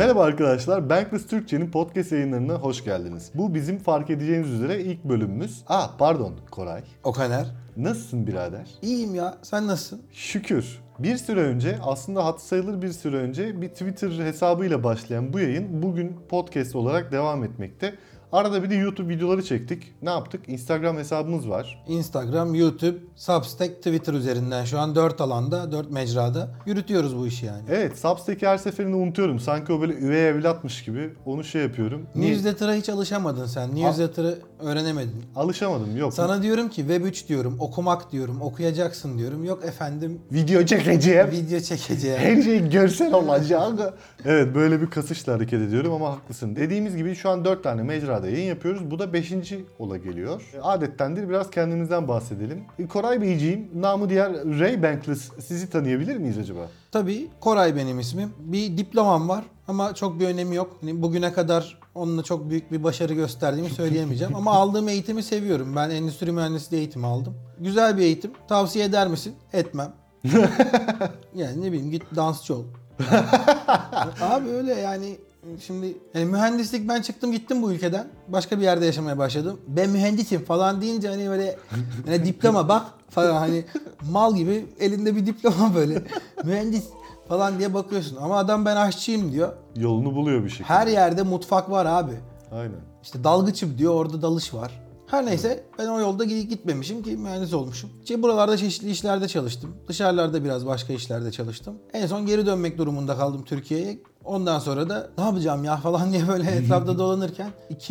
Merhaba arkadaşlar, Bankless Türkçe'nin podcast yayınlarına hoş geldiniz. Bu bizim fark edeceğiniz üzere ilk bölümümüz. Pardon Koray. Okaner. Nasılsın birader? İyiyim ya, sen nasılsın? Şükür. Bir süre önce, aslında hatırı sayılır bir süre önce bir Twitter hesabıyla başlayan bu yayın bugün podcast olarak devam etmekte. Arada bir de YouTube videoları çektik. Ne yaptık? Instagram hesabımız var. Instagram, YouTube, Substack, Twitter üzerinden şu an 4 alanda, 4 mecrada yürütüyoruz bu işi yani. Evet, Substack'i her seferinde unutuyorum. Sanki o böyle üvey evlatmış gibi onu yapıyorum. Newsletter'a hiç alışamadın sen. Newsletter'ı öğrenemedin. Alışamadım, yok. Sana diyorum ki Web 3 diyorum, okumak diyorum, okuyacaksın diyorum. Yok efendim, Video çekeceğim. video çekeceğim. Her şey görsel olacak. Evet, böyle bir kasışla hareket ediyorum ama haklısın. Dediğimiz gibi şu an 4 tane mecrada yayın yapıyoruz. Bu da 5. ola geliyor. Adettendir, biraz kendimizden bahsedelim. Koray Beyciğim, namı diğer Ray Bankless, sizi tanıyabilir miyiz acaba? Tabii Koray benim ismim. Bir diplomam var ama çok bir önemi yok. Yani bugüne kadar onunla çok büyük bir başarı gösterdiğimi söyleyemeyeceğim. Ama aldığım eğitimi seviyorum. Ben endüstri mühendisliği eğitimi aldım. Güzel bir eğitim. Tavsiye eder misin? Etmem. Yani ne bileyim, git dansçı ol. Abi öyle yani. Şimdi yani mühendislik, ben çıktım gittim bu ülkeden. Başka bir yerde yaşamaya başladım. Ben mühendisim falan deyince hani böyle hani diploma bak falan, hani mal gibi elinde bir diploma böyle mühendis falan diye bakıyorsun. Ama adam ben aşçıyım diyor. Yolunu buluyor bir şekilde. Her yerde mutfak var abi. Aynen. İşte dalgıçım diyor, orada dalış var. Her neyse ben o yolda gitmemişim ki mühendis olmuşum. İşte buralarda çeşitli işlerde çalıştım. Dışarılarda biraz başka işlerde çalıştım. En son geri dönmek durumunda kaldım Türkiye'ye. Ondan sonra da ne yapacağım ya falan diye böyle etrafta dolanırken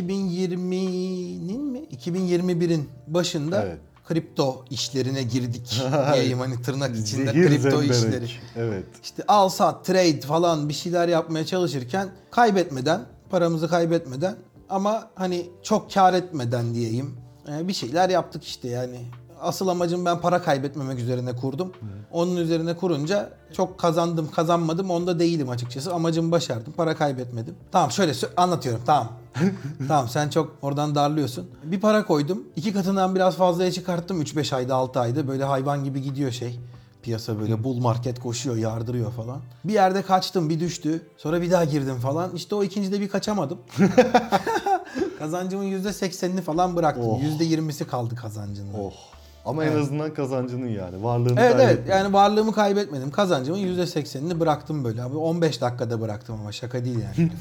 2021'in başında Evet. kripto işlerine girdik diyeyim, hani tırnak içinde Zehir kripto zemberek. işleri. Evet. İşte al sat, trade falan bir şeyler yapmaya çalışırken paramızı kaybetmeden ama hani çok kar etmeden diyeyim bir şeyler yaptık işte yani. Asıl amacım, ben para kaybetmemek üzerine kurdum. Onun üzerine kurunca çok kazandım kazanmadım onda değilim açıkçası. Amacımı başardım, para kaybetmedim. Tamam, şöyle anlatıyorum, tamam. Tamam, sen çok oradan darlıyorsun. Bir para koydum, 2 katından biraz fazlaya çıkarttım 3-5 ayda 6 ayda, böyle hayvan gibi gidiyor piyasa, böyle bull market koşuyor, yardırıyor falan. Bir yerde kaçtım, bir düştü. Sonra bir daha girdim falan. İşte o ikincide bir kaçamadım. Kazancımın %80'ini falan bıraktım. Oh. %20'si kaldı kazancının. Oh. Ama Evet. En azından kazancının yani. Varlığını Evet kaybetmedin. yani varlığımı kaybetmedim. Kazancımın %80'ini bıraktım böyle abi. 15 dakikada bıraktım ama şaka değil yani.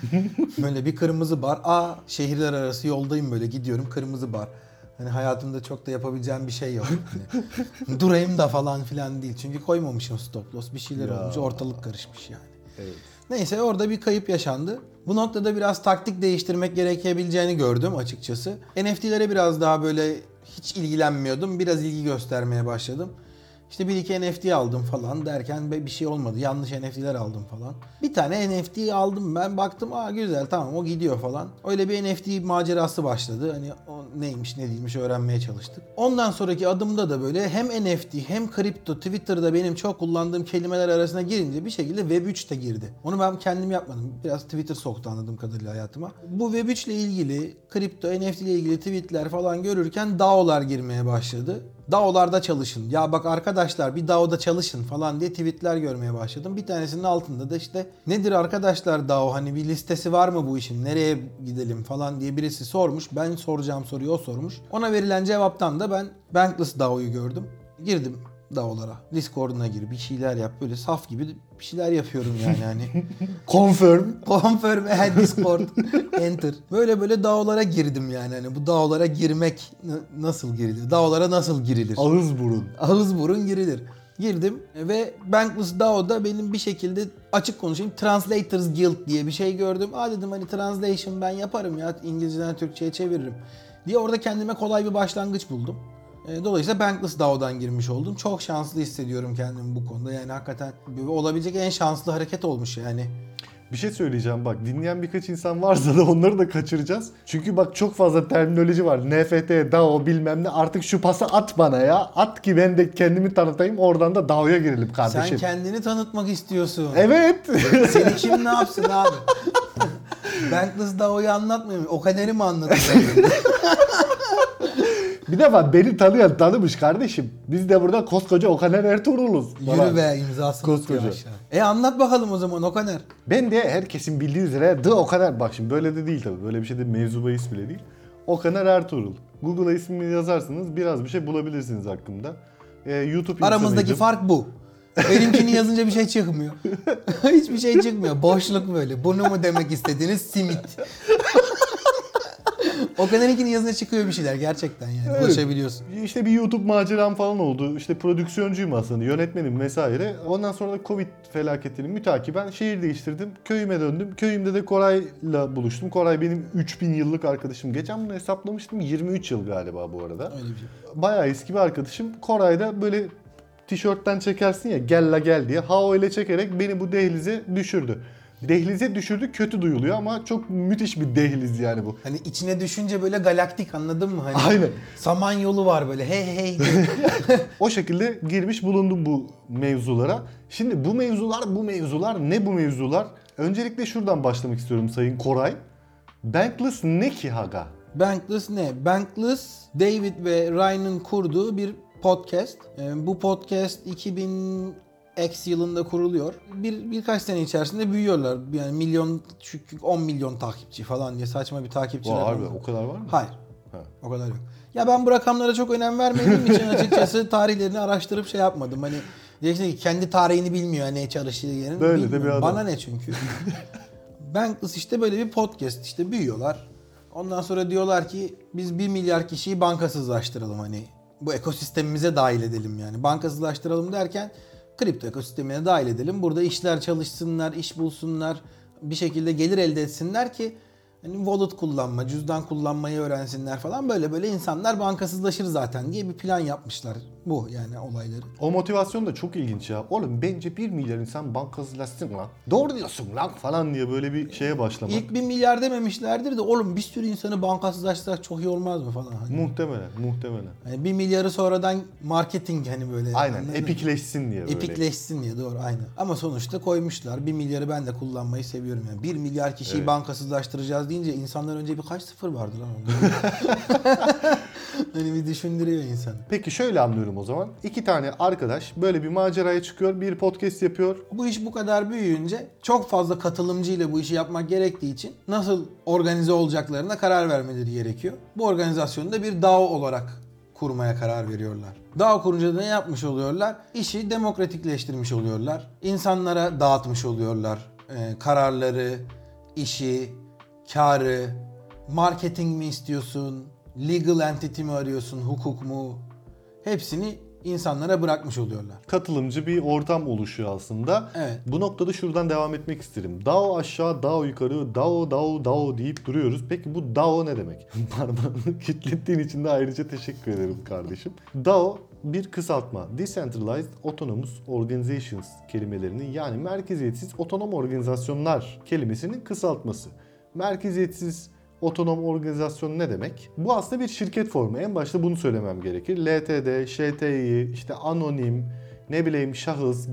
Böyle bir kırmızı bar. Şehirler arası yoldayım, böyle gidiyorum, kırmızı bar. Hani hayatımda çok da yapabileceğim bir şey yok. Hani durayım da falan filan değil. Çünkü koymamışım stop loss. Bir şeyler olmuş, ortalık karışmış yani. Evet. Neyse, orada bir kayıp yaşandı. Bu noktada biraz taktik değiştirmek gerekebileceğini gördüm açıkçası. NFT'lere biraz daha böyle hiç ilgilenmiyordum. Biraz ilgi göstermeye başladım. İşte 1-2 NFT aldım falan derken bir şey olmadı. Yanlış NFT'ler aldım falan. Bir tane NFT aldım ben, baktım güzel, tamam, o gidiyor falan. Öyle bir NFT macerası başladı. Hani o neymiş ne değilmiş öğrenmeye çalıştık. Ondan sonraki adımda da böyle hem NFT hem kripto, Twitter'da benim çok kullandığım kelimeler arasına girince bir şekilde Web 3 de girdi. Onu ben kendim yapmadım. Biraz Twitter soktu anladığım kadarıyla hayatıma. Bu Web 3 ile ilgili, kripto, NFT ile ilgili tweetler falan görürken DAO'lar girmeye başladı. DAO'larda çalışın. Ya bak arkadaşlar, bir DAO'da çalışın falan diye tweetler görmeye başladım. Bir tanesinin altında da işte nedir arkadaşlar DAO, hani bir listesi var mı bu işin, nereye gidelim falan diye birisi sormuş. Ben soracağım soruyu o sormuş. Ona verilen cevaptan da ben Bankless DAO'yu gördüm. Girdim DAO'lara. Discord'una gir, bir şeyler yap, böyle saf gibi bir şeyler yapıyorum yani hani. Confirm. Discord, enter. Böyle DAO'lara girdim yani. Hani bu DAO'lara girmek nasıl girilir? DAO'lara nasıl girilir? Ağız burun. Ağız burun girilir. Girdim ve Bankless DAO'da benim bir şekilde, açık konuşayım, Translators Guild diye bir şey gördüm. Dedim hani translation ben yaparım ya, İngilizceden Türkçe'ye çeviririm diye orada kendime kolay bir başlangıç buldum. Dolayısıyla Bankless DAO'dan girmiş oldum. Çok şanslı hissediyorum kendimi bu konuda. Yani hakikaten olabilecek en şanslı hareket olmuş yani. Bir şey söyleyeceğim bak, dinleyen birkaç insan varsa da onları da kaçıracağız. Çünkü bak çok fazla terminoloji var. NFT, DAO bilmem ne, artık şu pası at bana ya. At ki ben de kendimi tanıtayım, oradan da DAO'ya girelim kardeşim. Sen kendini tanıtmak istiyorsun. Evet. Seni kim ne yapsın abi? Bankless DAO'yu anlatmıyor mu? O kaderi mi anlatacağım? Bir defa beni tanıyan tanımış kardeşim. Biz de burada koskoca Okaner Ertuğrul'uz. Yürü be, imzasını Koskoca. atıyor aşağı. Anlat bakalım o zaman Okaner. Ben de herkesin bildiği üzere The Okaner. Bak şimdi böyle de değil tabii. Böyle bir şey de mevzu bahis bile değil. Okaner Ertuğrul. Google'a ismini yazarsınız biraz bir şey bulabilirsiniz hakkında. YouTube Aramızdaki insanıydım. fark bu. Benimkini yazınca bir şey çıkmıyor. Hiçbir şey çıkmıyor. Boşluk böyle. Bunu mu demek istediğiniz simit. Okaner'inkini yazınca çıkıyor bir şeyler gerçekten yani. Evet. Ulaşabiliyorsun. İşte bir YouTube maceram falan oldu. İşte prodüksiyoncuyum aslında, yönetmenim vesaire. Ondan sonra da Covid felaketini mütakiben şehir değiştirdim. Köyüme döndüm. Köyümde de Koray'la buluştum. Koray benim 3000 yıllık arkadaşım. Geçen bunu hesaplamıştım. 23 yıl galiba bu arada. Öyle bir şey. Bayağı eski bir arkadaşım. Koray da böyle tişörtten çekersin ya gel la gel diye. Hao ile çekerek beni bu dehlize düşürdü. Dehlize düşürdü kötü duyuluyor ama çok müthiş bir dehliz yani bu. Hani içine düşünce böyle galaktik, anladın mı? Hani Aynen. Samanyolu var böyle hey hey. O şekilde girmiş bulundum bu mevzulara. Şimdi bu mevzular ne bu mevzular? Öncelikle şuradan başlamak istiyorum Sayın Koray. Bankless ne ki haga? Bankless ne? Bankless, David ve Ryan'ın kurduğu bir podcast. Bu podcast 2000X yılında kuruluyor. Birkaç sene içerisinde büyüyorlar. Yani milyon, 10 milyon takipçi falan diye saçma bir takipçiler. Harbi o kadar var mı? Hayır. Ha. O kadar yok. Ya ben bu rakamlara çok önem vermediğim için açıkçası tarihlerini araştırıp şey yapmadım. Hani diyeceksin ki kendi tarihini bilmiyor, ne çalıştığı yerin. Böyle de Bilmiyorum. bir adam. Bana ne çünkü. Bankless işte böyle bir podcast, işte büyüyorlar. Ondan sonra diyorlar ki biz 1 milyar kişiyi bankasızlaştıralım, hani bu ekosistemimize dahil edelim yani. Bankasızlaştıralım derken kripto ekosistemine dahil edelim. Burada işler çalışsınlar, iş bulsunlar, bir şekilde gelir elde etsinler ki hani wallet kullanma, cüzdan kullanmayı öğrensinler falan, böyle insanlar bankasızlaşır zaten diye bir plan yapmışlar. Bu yani olayları. O motivasyon da çok ilginç ya. Oğlum bence 1 milyar insan bankasızlaşsın lan. Doğru diyorsun lan falan diye böyle bir şeye başlamak. İlk 1 milyar dememişlerdir de oğlum bir sürü insanı bankasızlaştırsak çok iyi olmaz mı falan. Hani. Muhtemelen. Yani 1 milyarı sonradan marketing hani böyle. Aynen anladın mı? epikleşsin diye böyle. Epikleşsin diye, doğru, aynen. Ama sonuçta koymuşlar. 1 milyarı ben de kullanmayı seviyorum yani. 1 milyar kişiyi Evet. bankasızlaştıracağız deyince insanlar önce birkaç sıfır vardı lan onda. Hani bir düşündürüyor insanı. Peki şöyle anlıyorum o zaman. 2 tane arkadaş böyle bir maceraya çıkıyor, bir podcast yapıyor. Bu iş bu kadar büyüyünce çok fazla katılımcıyla bu işi yapmak gerektiği için nasıl organize olacaklarına karar vermeleri gerekiyor. Bu organizasyonu da bir DAO olarak kurmaya karar veriyorlar. DAO kurunca da ne yapmış oluyorlar? İşi demokratikleştirmiş oluyorlar. İnsanlara dağıtmış oluyorlar. Kararları, işi, karı, marketing mi istiyorsun, legal entity mi arıyorsun, hukuk mu? Hepsini insanlara bırakmış oluyorlar. Katılımcı bir ortam oluşuyor aslında. Evet. Bu noktada şuradan devam etmek isterim. DAO aşağı, DAO yukarı, DAO deyip duruyoruz. Peki bu DAO ne demek? Parmağını kilitlettiğin için de ayrıca teşekkür ederim kardeşim. DAO bir kısaltma. Decentralized Autonomous Organizations kelimelerinin, yani merkeziyetsiz otonom organizasyonlar kelimesinin kısaltması. Merkeziyetsiz otonom organizasyon ne demek? Bu aslında bir şirket formu. En başta bunu söylemem gerekir. LTD, ŞTİ, işte anonim, ne bileyim şahıs,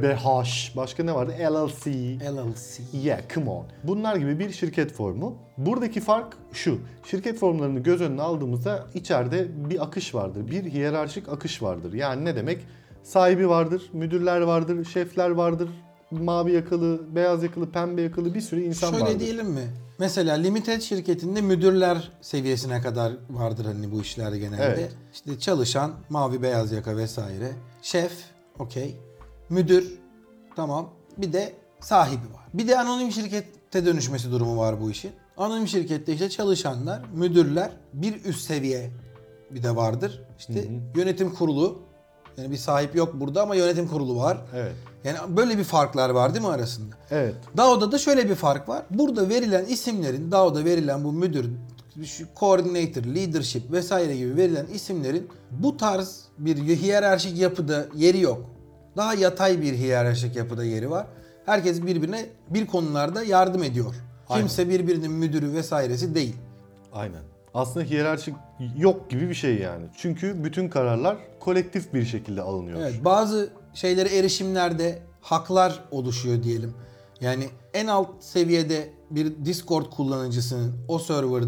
GmbH, başka ne vardı? LLC. LLC. Yeah, come on. Bunlar gibi bir şirket formu. Buradaki fark şu. Şirket formlarını göz önüne aldığımızda içeride bir akış vardır. Bir hiyerarşik akış vardır. Yani ne demek? Sahibi vardır, müdürler vardır, şefler vardır, mavi yakalı, beyaz yakalı, pembe yakalı bir sürü insan Şöyle vardır. diyelim mi? Mesela Limited şirketinde müdürler seviyesine kadar vardır hani bu işler genelde. Evet. İşte çalışan, mavi beyaz yaka vesaire. Şef, okey. Müdür, tamam. Bir de sahibi var. Bir de anonim şirkete dönüşmesi durumu var bu işin. Anonim şirkette işte çalışanlar, müdürler, bir üst seviye bir de vardır. İşte yönetim kurulu. Yani bir sahip yok burada ama yönetim kurulu var. Evet. Yani böyle bir farklar var değil mi arasında? Evet. DAO'da da şöyle bir fark var. Burada verilen isimlerin, DAO'da verilen bu müdür, coordinator, leadership vesaire gibi verilen isimlerin bu tarz bir hiyerarşik yapıda yeri yok. Daha yatay bir hiyerarşik yapıda yeri var. Herkes birbirine bir konularda yardım ediyor. Aynen. Kimse birbirinin müdürü vesairesi değil. Aynen. Aslında hiyerarşik yok gibi bir şey yani. Çünkü bütün kararlar kolektif bir şekilde alınıyor. Evet, bazı şeylere erişimlerde haklar oluşuyor diyelim. Yani en alt seviyede bir Discord kullanıcısının o serverda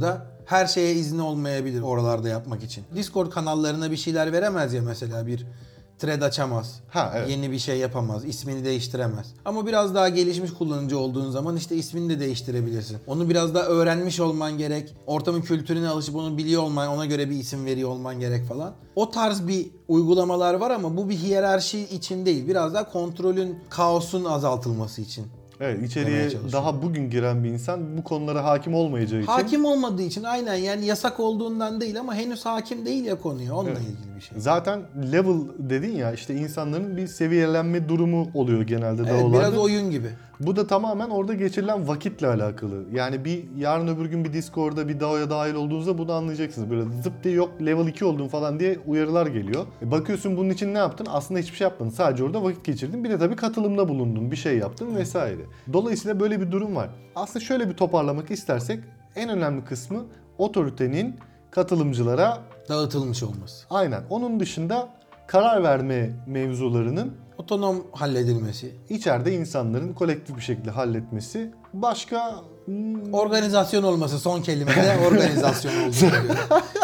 her şeye izni olmayabilir oralarda yapmak için. Discord kanallarına bir şeyler veremez ya, mesela bir thread açamaz. Ha, evet. Yeni bir şey yapamaz. İsmini değiştiremez. Ama biraz daha gelişmiş kullanıcı olduğun zaman işte ismini de değiştirebilirsin. Onu biraz daha öğrenmiş olman gerek. Ortamın kültürüne alışıp onu biliyor olman, ona göre bir isim veriyor olman gerek falan. O tarz bir uygulamalar var ama bu bir hiyerarşi için değil. Biraz daha kontrolün, kaosun azaltılması için. Evet, Demeye içeriye çalışıyorum. daha bugün giren bir insan bu konulara hakim olmayacağı için. Hakim olmadığı için, aynen, yani yasak olduğundan değil ama henüz hakim değil ya konuya. Onunla ilgili bir şey. Zaten level dedin ya, işte insanların bir seviyelenme durumu oluyor genelde Evet, DAO'larda. biraz oyun gibi. Bu da tamamen orada geçirilen vakitle alakalı. Yani bir yarın öbür gün bir Discord'da bir DAO'ya dahil olduğunuzda bunu anlayacaksınız. Böyle zıp diye yok level 2 oldun falan diye uyarılar geliyor. Bakıyorsun bunun için ne yaptın? Aslında hiçbir şey yapmadın. Sadece orada vakit geçirdin. Bir de tabii katılımda bulundun. Bir şey yaptın vesaire. Dolayısıyla böyle bir durum var. Aslında şöyle bir toparlamak istersek en önemli kısmı otoritenin katılımcılara Dağıtılmış olması. aynen. Onun dışında karar verme mevzularının Otonom halledilmesi. içeride insanların kolektif bir şekilde halletmesi. Başka Organizasyon olması, son kelimede organizasyon olduğunu göre.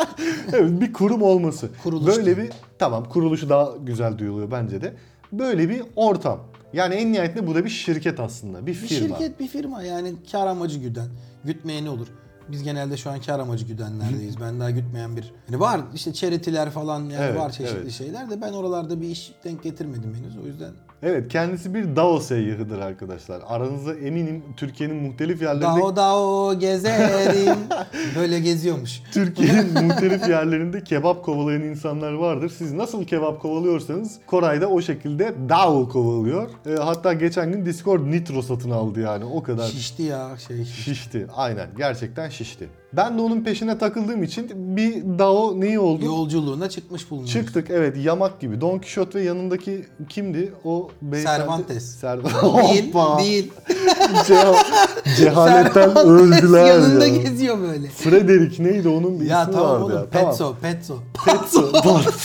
evet, bir kurum olması. Kuruluş Böyle değil. bir tamam, kuruluşu daha güzel duyuluyor bence de. Böyle bir ortam. Yani en nihayetinde bu da bir şirket aslında. Bir Bir firma. şirket, bir firma, yani kar amacı güden. Gütmeyeni olur. Biz genelde şu an kar amacı güdenlerdeyiz. Ben daha gütmeyen bir... Yani var işte charity'ler falan, yani Evet, var çeşitli evet. şeyler de ben oralarda bir iş denk getirmedim henüz, o yüzden. Evet, kendisi bir DAO seyyahıdır arkadaşlar. Aranızda eminim Türkiye'nin muhtelif yerlerinde Dao dao gezerim. Böyle geziyormuş. Türkiye'nin muhtelif yerlerinde kebap kovalayan insanlar vardır. Siz nasıl kebap kovalıyorsanız Koray da o şekilde DAO kovalıyor. Hatta geçen gün Discord Nitro satın aldı yani, o kadar. Şişti ya Şişti. Aynen. Gerçekten şişti. Ben de onun peşine takıldığım için bir DAO neyi oldu? Yolculuğuna çıkmış bulunuyoruz. Çıktık, evet, yamak gibi. Don Quixote ve yanındaki kimdi? O beyefendi. Cervantes. Cervantes. Değil. Cehaletten Cervantes öldüler yanında ya. geziyor böyle. Frederick neydi onun bir Ya ismi tamam vardı oğlum, ya. Petso. Petso.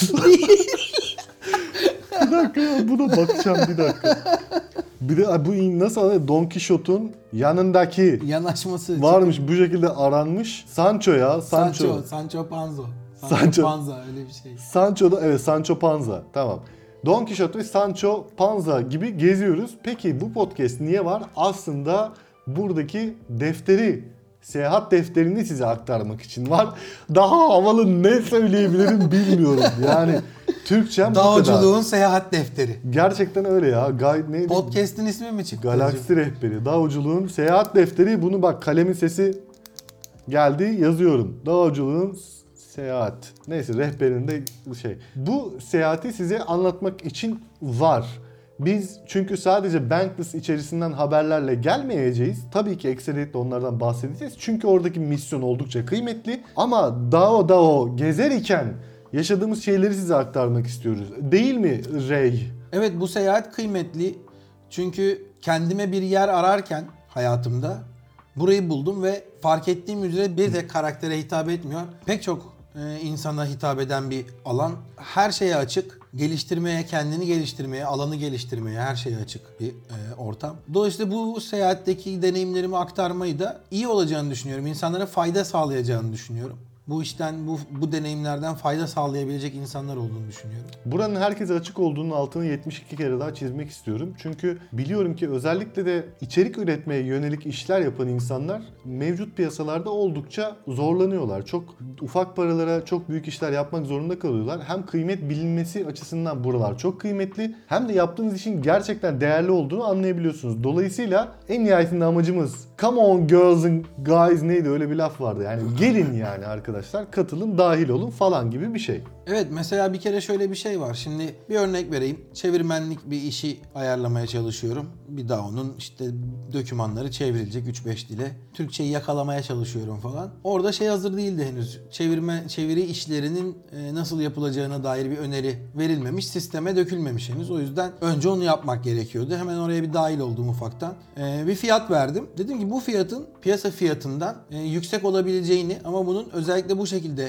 Bir dakika ya, buna bakacağım bir dakika. Bir de bu nasıl Don Quixote'un yanındaki Yanaşması. varmış, bu şekilde aranmış. Sancho ya, Sancho Panza. Sancho Panza, öyle bir şey. Sancho da evet, Sancho Panza. Tamam. Don Quixote ve Sancho Panza gibi geziyoruz. Peki bu podcast niye var? Aslında buradaki defteri, seyahat defterini size aktarmak için var. Daha havalı ne söyleyebilirim bilmiyorum. Yani Türkçem bu kadar. Dağcılığın seyahat defteri. Gerçekten öyle ya. Guide neydi? Podcast'in ismi mi çıktı? Galaksi rehberi. Dağcılığın seyahat defteri. Bunu bak, kalemin sesi geldi, yazıyorum. Dağcılığın seyahat. Neyse, rehberinde şey. Bu seyahati size anlatmak için var. Biz çünkü sadece Bankless içerisinden haberlerle gelmeyeceğiz. Tabii ki ekseriyetle onlardan bahsedeceğiz. Çünkü oradaki misyon oldukça kıymetli. Ama DAO gezer iken yaşadığımız şeyleri size aktarmak istiyoruz. Değil mi Ray? Evet, bu seyahat kıymetli. Çünkü kendime bir yer ararken hayatımda burayı buldum ve fark ettiğim üzere bir tek karaktere hitap etmiyor. Pek çok insana hitap eden bir alan. Her şeye açık. Geliştirmeye, kendini geliştirmeye, alanı geliştirmeye her şeye açık bir ortam. Dolayısıyla bu seyahatteki deneyimlerimi aktarmayı da iyi olacağını düşünüyorum. İnsanlara fayda sağlayacağını düşünüyorum. Bu işten, bu deneyimlerden fayda sağlayabilecek insanlar olduğunu düşünüyorum. Buranın herkese açık olduğunun altını 72 kere daha çizmek istiyorum. Çünkü biliyorum ki özellikle de içerik üretmeye yönelik işler yapan insanlar mevcut piyasalarda oldukça zorlanıyorlar. Çok ufak paralara çok büyük işler yapmak zorunda kalıyorlar. Hem kıymet bilinmesi açısından buralar çok kıymetli, hem de yaptığınız işin gerçekten değerli olduğunu anlayabiliyorsunuz. Dolayısıyla en nihayetinde amacımız come on girls and guys, neydi öyle bir laf vardı. Yani gelin yani arkadaşlar, katılın, dahil olun falan gibi bir şey. Evet, mesela bir kere şöyle bir şey var. Şimdi bir örnek vereyim. Çevirmenlik bir işi ayarlamaya çalışıyorum. Bir DAO'nun işte dokümanları çevrilecek 3-5 dile. Türkçeyi yakalamaya çalışıyorum falan. Orada şey hazır değildi henüz. Çeviri işlerinin nasıl yapılacağına dair bir öneri verilmemiş. Sisteme dökülmemiş henüz. O yüzden önce onu yapmak gerekiyordu. Hemen oraya bir dahil oldum ufaktan. Bir fiyat verdim. Dedim ki bu fiyatın piyasa fiyatından yüksek olabileceğini ama bunun özellikle bu şekilde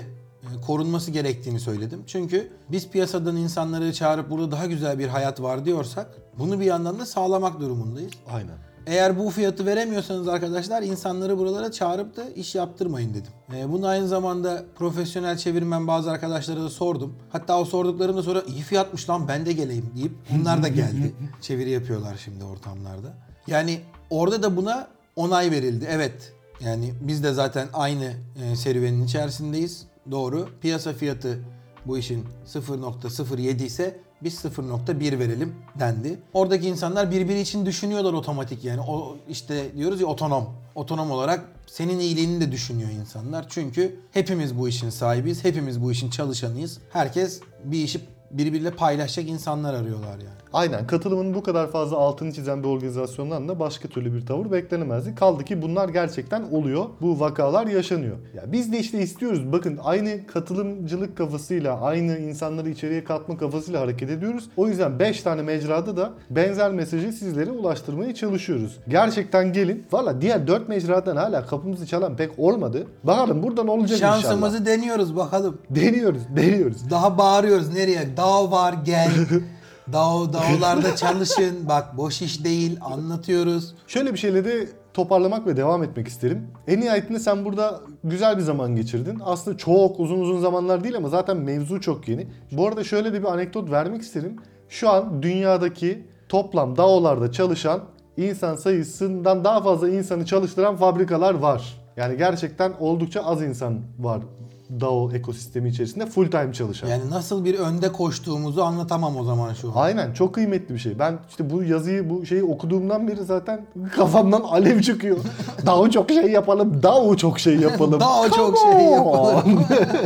korunması gerektiğini söyledim. Çünkü biz piyasadan insanları çağırıp burada daha güzel bir hayat var diyorsak bunu bir yandan da sağlamak durumundayız. Aynen. Eğer bu fiyatı veremiyorsanız arkadaşlar insanları buralara çağırıp da iş yaptırmayın dedim. Bunu aynı zamanda profesyonel çevirmen bazı arkadaşlara da sordum. Hatta o sorduklarımda sonra iyi fiyatmış lan ben de geleyim deyip bunlar da geldi. Çeviri yapıyorlar şimdi ortamlarda. Yani orada da buna onay verildi. Evet yani biz de zaten aynı serüvenin içerisindeyiz. Doğru. Piyasa fiyatı bu işin 0.07 ise biz 0.1 verelim dendi. Oradaki insanlar birbiri için düşünüyorlar otomatik yani. O işte diyoruz ya otonom. Otonom olarak senin iyiliğini de düşünüyor insanlar. Çünkü hepimiz bu işin sahibiyiz. Hepimiz bu işin çalışanıyız. Herkes bir işi birbiriyle paylaşacak insanlar arıyorlar yani. Aynen. Katılımın bu kadar fazla altını çizen bir organizasyondan da başka türlü bir tavır beklenemezdi. Kaldı ki bunlar gerçekten oluyor. Bu vakalar yaşanıyor. Ya biz de işte istiyoruz. Bakın aynı katılımcılık kafasıyla, aynı insanları içeriye katma kafasıyla hareket ediyoruz. O yüzden 5 tane mecrada da benzer mesajı sizlere ulaştırmaya çalışıyoruz. Gerçekten gelin. Valla diğer 4 mecradan hala kapımızı çalan pek olmadı. Bakalım buradan olacak inşallah. Şansımızı deniyoruz bakalım. Deniyoruz. Daha bağırıyoruz nereye? Dağ var gel. Dağlarda çalışın. Bak boş iş değil anlatıyoruz. Şöyle bir şeyle de toparlamak ve devam etmek isterim. En nihayetinde sen burada güzel bir zaman geçirdin. Aslında çok uzun zamanlar değil ama zaten mevzu çok yeni. Bu arada şöyle de bir anekdot vermek isterim. Şu an dünyadaki toplam DAO'larda çalışan insan sayısından daha fazla insanı çalıştıran fabrikalar var. Yani gerçekten oldukça az insan var DAO ekosistemi içerisinde full time çalışan. Yani nasıl bir önde koştuğumuzu anlatamam o zaman şu an. Aynen çok kıymetli bir şey. Ben işte bu yazıyı bu şeyi okuduğumdan beri zaten kafamdan alev çıkıyor. DAO çok şey yapalım. DAO çok şey yapalım. DAO çok şey yapalım.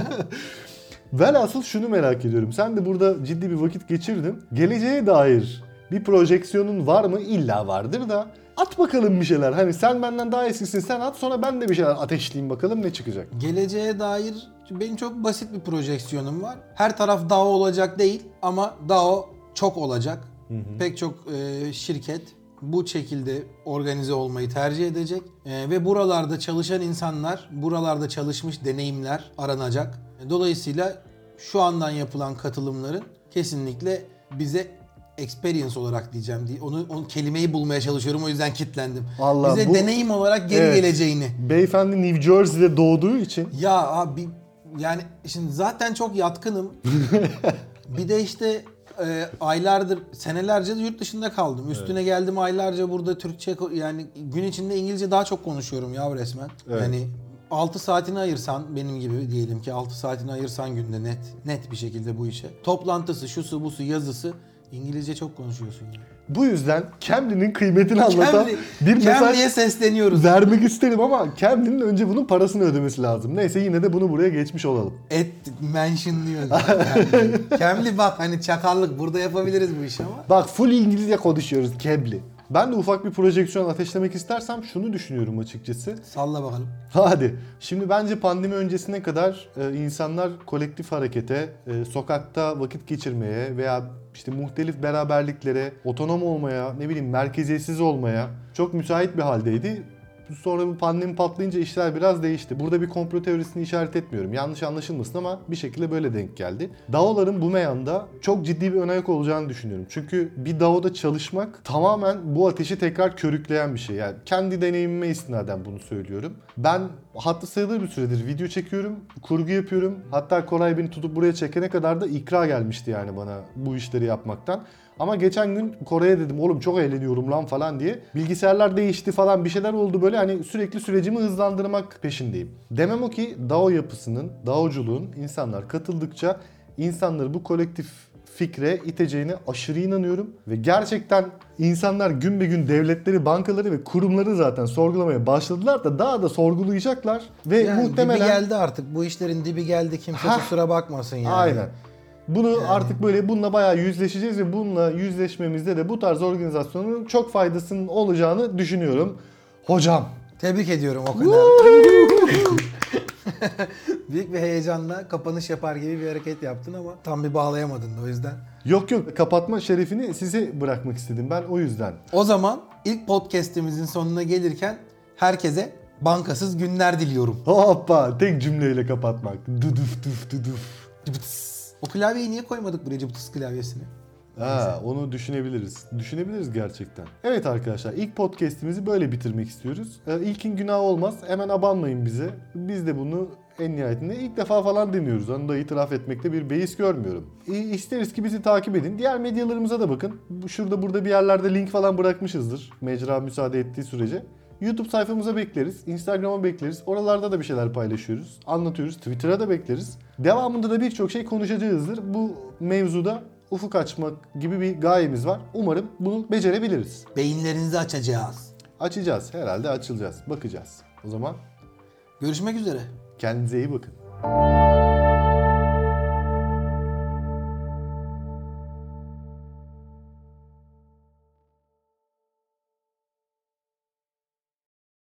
Velhasıl şunu merak ediyorum. Sen de burada ciddi bir vakit geçirdin. Geleceğe dair bir projeksiyonun var mı? İlla vardır da. At bakalım bir şeyler. Hani sen benden daha eskisin sen at sonra ben de bir şeyler ateşleyeyim bakalım ne çıkacak. Geleceğe dair benim çok basit bir projeksiyonum var. Her taraf DAO olacak değil ama DAO çok olacak. Pek çok şirket bu şekilde organize olmayı tercih edecek. Ve buralarda çalışan insanlar, buralarda çalışmış deneyimler aranacak. Dolayısıyla şu andan yapılan katılımların kesinlikle bize experience olarak diyeceğim. Onu kelimeyi bulmaya çalışıyorum o yüzden kilitlendim. Allah, bize bu deneyim olarak geri geleceğini. Beyefendi New Jersey'de doğduğu için. Ya abi yani şimdi zaten çok yatkınım. Bir de işte aylardır, senelerce de yurt dışında kaldım. Üstüne geldim aylarca burada Türkçe yani gün içinde İngilizce daha çok konuşuyorum ya resmen. Evet. Yani 6 saatini ayırsan benim gibi diyelim ki 6 saatini ayırsan günde net bir şekilde bu işe. Toplantısı, şusu busu yazısı İngilizce çok konuşuyorsun ya. Bu yüzden Cambly'nin kıymetini anlatan bir mesaj Cambly'e sesleniyoruz. vermek isterim ama Cambly'nin önce bunun parasını ödemesi lazım. Neyse yine de bunu buraya geçmiş olalım. Mentionlıyoruz. Cambly bak hani çakallık burada yapabiliriz bu işi ama. Bak full İngilizce konuşuyoruz Cambly. Ben de ufak bir projeksiyon ateşlemek istersem şunu düşünüyorum açıkçası. Salla bakalım. Hadi. Şimdi bence pandemi öncesine kadar insanlar kolektif harekete, sokakta vakit geçirmeye veya işte muhtelif beraberliklere, otonom olmaya, ne bileyim merkeziyetsiz olmaya çok müsait bir haldeydi. Sonra bu pandemi patlayınca işler biraz değişti. Burada bir komplo teorisini işaret etmiyorum. Yanlış anlaşılmasın ama bir şekilde böyle denk geldi. DAO'ların bu meyanda çok ciddi bir ön ayak olacağını düşünüyorum. Çünkü bir DAO'da çalışmak tamamen bu ateşi tekrar körükleyen bir şey. Yani kendi deneyimime istinaden bunu söylüyorum. Ben hatırı sayılır bir süredir video çekiyorum, kurgu yapıyorum. Hatta Koray beni tutup buraya çekene kadar da ikra gelmişti yani bana bu işleri yapmaktan. Ama geçen gün Kore'ye dedim oğlum çok eğleniyorum lan falan diye. Bilgisayarlar değişti falan bir şeyler oldu böyle hani sürekli sürecimi hızlandırmak peşindeyim. Demem o ki DAO yapısının, DAO'culuğun insanlar katıldıkça insanları bu kolektif fikre iteceğine aşırı inanıyorum. Ve gerçekten insanlar gün be gün devletleri, bankaları ve kurumları zaten sorgulamaya başladılar da daha da sorgulayacaklar. Ve Yani muhtemelen... dibi geldi artık. Bu işlerin dibi geldi. Kimse kusura bakmasın yani. Aynen. Bunu artık böyle bununla bayağı yüzleşeceğiz ve bununla yüzleşmemizde de bu tarz organizasyonun çok faydasının olacağını düşünüyorum. Hocam. Tebrik ediyorum o kadar. Büyük bir heyecanla kapanış yapar gibi bir hareket yaptın ama tam bir bağlayamadın da o yüzden. Yok kapatma şerefini size bırakmak istedim ben o yüzden. O zaman ilk podcast'imizin sonuna gelirken herkese bankasız günler diliyorum. Hoppa, tek cümleyle kapatmak. Duduf duf duduf. Cıbıtıs. O klavyeyi niye koymadık buraya, cıbıtıs klavyesini? Ha, onu düşünebiliriz. Düşünebiliriz gerçekten. Evet arkadaşlar, ilk podcast'imizi böyle bitirmek istiyoruz. İlkin günahı olmaz. Hemen abanmayın bize. Biz de bunu en nihayetinde ilk defa falan deniyoruz. Onu da itiraf etmekte bir beis görmüyorum. İsteriz ki bizi takip edin. Diğer medyalarımıza da bakın. Şurada burada bir yerlerde link falan bırakmışızdır. Mecra müsaade ettiği sürece. YouTube sayfamıza bekleriz. Instagram'a bekleriz. Oralarda da bir şeyler paylaşıyoruz. Anlatıyoruz. Twitter'a da bekleriz. Devamında da birçok şey konuşacağızdır. Bu mevzuda ufuk açmak gibi bir gayemiz var. Umarım bunu becerebiliriz. Beyinlerinizi açacağız. Açacağız. Herhalde açılacağız. Bakacağız. O zaman Görüşmek üzere. kendinize iyi bakın.